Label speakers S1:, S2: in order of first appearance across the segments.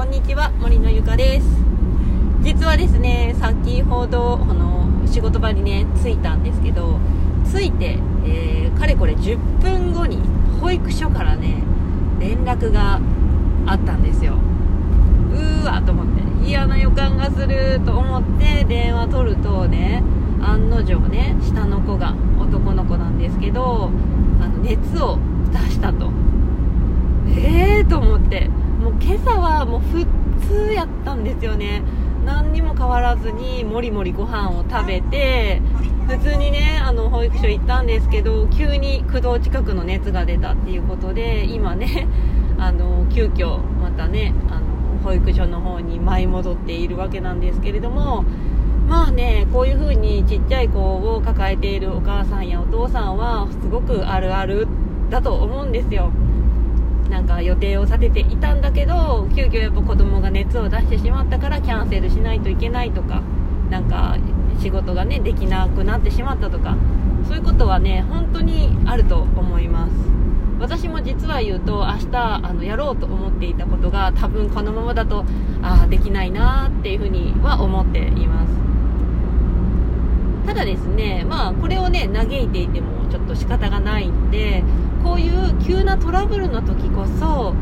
S1: んにちは、森のゆかです。実はですね、先ほど仕事場にね着いたんですけど、着いて、かれこれ10分後に保育所からね連絡があったんですよ。うーわと思って嫌な予感がすると思って電話取るとね、案の定ね下の子が男の子なんですけど、熱を出したと。と思って、もう今朝はもう普通やったんですよね。何にも変わらずにもりもりご飯を食べて普通にね保育所行ったんですけど、急に9度近くの熱が出たっていうことで今ね急遽またね保育所の方に舞い戻っているわけなんですけれども、まあね、こういう風にちっちゃい子を抱えているお母さんやお父さんはすごくあるあるだと思うんですよ。なんか予定を立てていたんだけど、急遽やっぱ子供が熱を出してしまったからキャンセルしないといけないとか、なんか仕事がねできなくなってしまったとか、そういうことはね本当にあると思います。私も実は言うと明日やろうと思っていたことが多分このままだとできないなっていうふうには思っています。ただですね、これをね嘆いていてもちょっと仕方がないんで、こういう急なトラブルの時こそ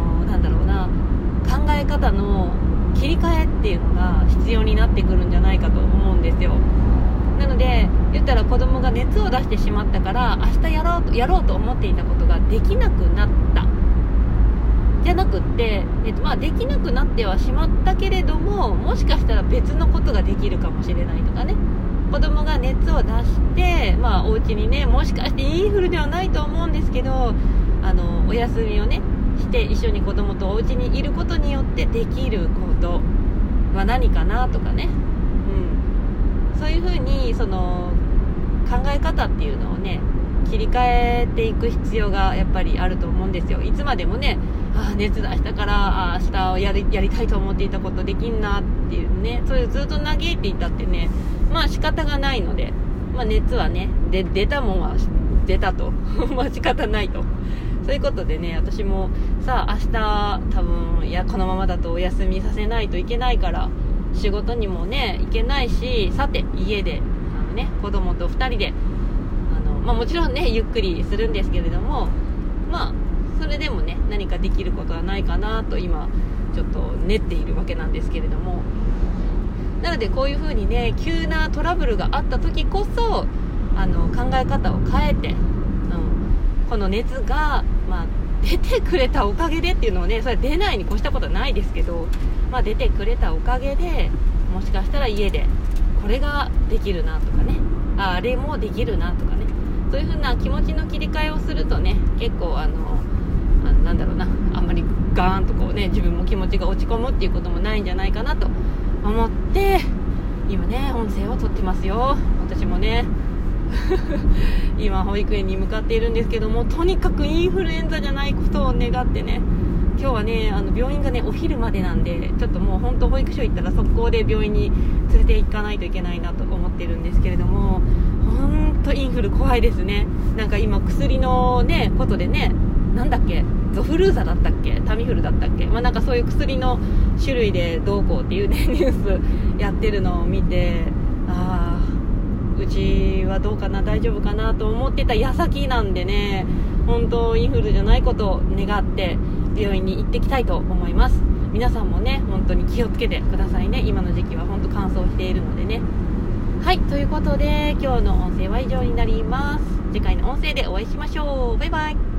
S1: 考え方の切り替えっていうのが必要になってくるんじゃないかと思うんですよ。なので言ったら子供が熱を出してしまったから明日やろうと思っていたことができなくなったじゃなくって、できなくなってはしまったけれども、もしかしたら別のことができるかもしれないとかね、子供が熱を出してお家にね、もしかしてインフルではないと思うんですけどお休みをねして一緒に子供とお家にいることによってできることは何かなとかね、そういう風にその考え方っていうのをね切り替えていく必要がやっぱりあると思うんですよ。いつまでもね熱出したから明日やりたいと思っていたことできんなっていうね、そういうずっと嘆いていたってね仕方がないので、熱はね出たもんは出たと仕方ないと、そういうことでね、私も明日多分このままだとお休みさせないといけないから仕事にもね行けないし、さて家で子供と2人でもちろんねゆっくりするんですけれども、それでもね何かできることはないかなと今ちょっと練っているわけなんですけれども、なのでこういう風にね急なトラブルがあった時こそ考え方を変えて、この熱が、出てくれたおかげでっていうのをね、それ出ないに越したことはないですけど、出てくれたおかげでもしかしたら家でこれができるなとかね、あれもできるなとかね、そういう風な気持ちの切り替えをするとね、結構あんまりガーンとこうね自分も気持ちが落ち込むっていうこともないんじゃないかなと思って今ね音声を撮ってますよ。私もね今保育園に向かっているんですけども、とにかくインフルエンザじゃないことを願ってね、今日はね病院がねお昼までなんで、ちょっともう本当保育所行ったら速攻で病院に連れて行かないといけないなと思ってるんですけれども、本当インフル怖いですね。なんか今薬のねことでね、なんだっけゾフルーザだったっけタミフルだったっけ、なんかそういう薬の種類でどうこうっていうねニュースやってるのを見て、うちはどうかな大丈夫かなと思ってた矢先なんでね、本当インフルじゃないことを願って病院に行ってきたいと思います。皆さんもね本当に気をつけてくださいね。今の時期は本当乾燥しているのでね。はい、ということで今日の音声は以上になります。次回の音声でお会いしましょう。バイバイ。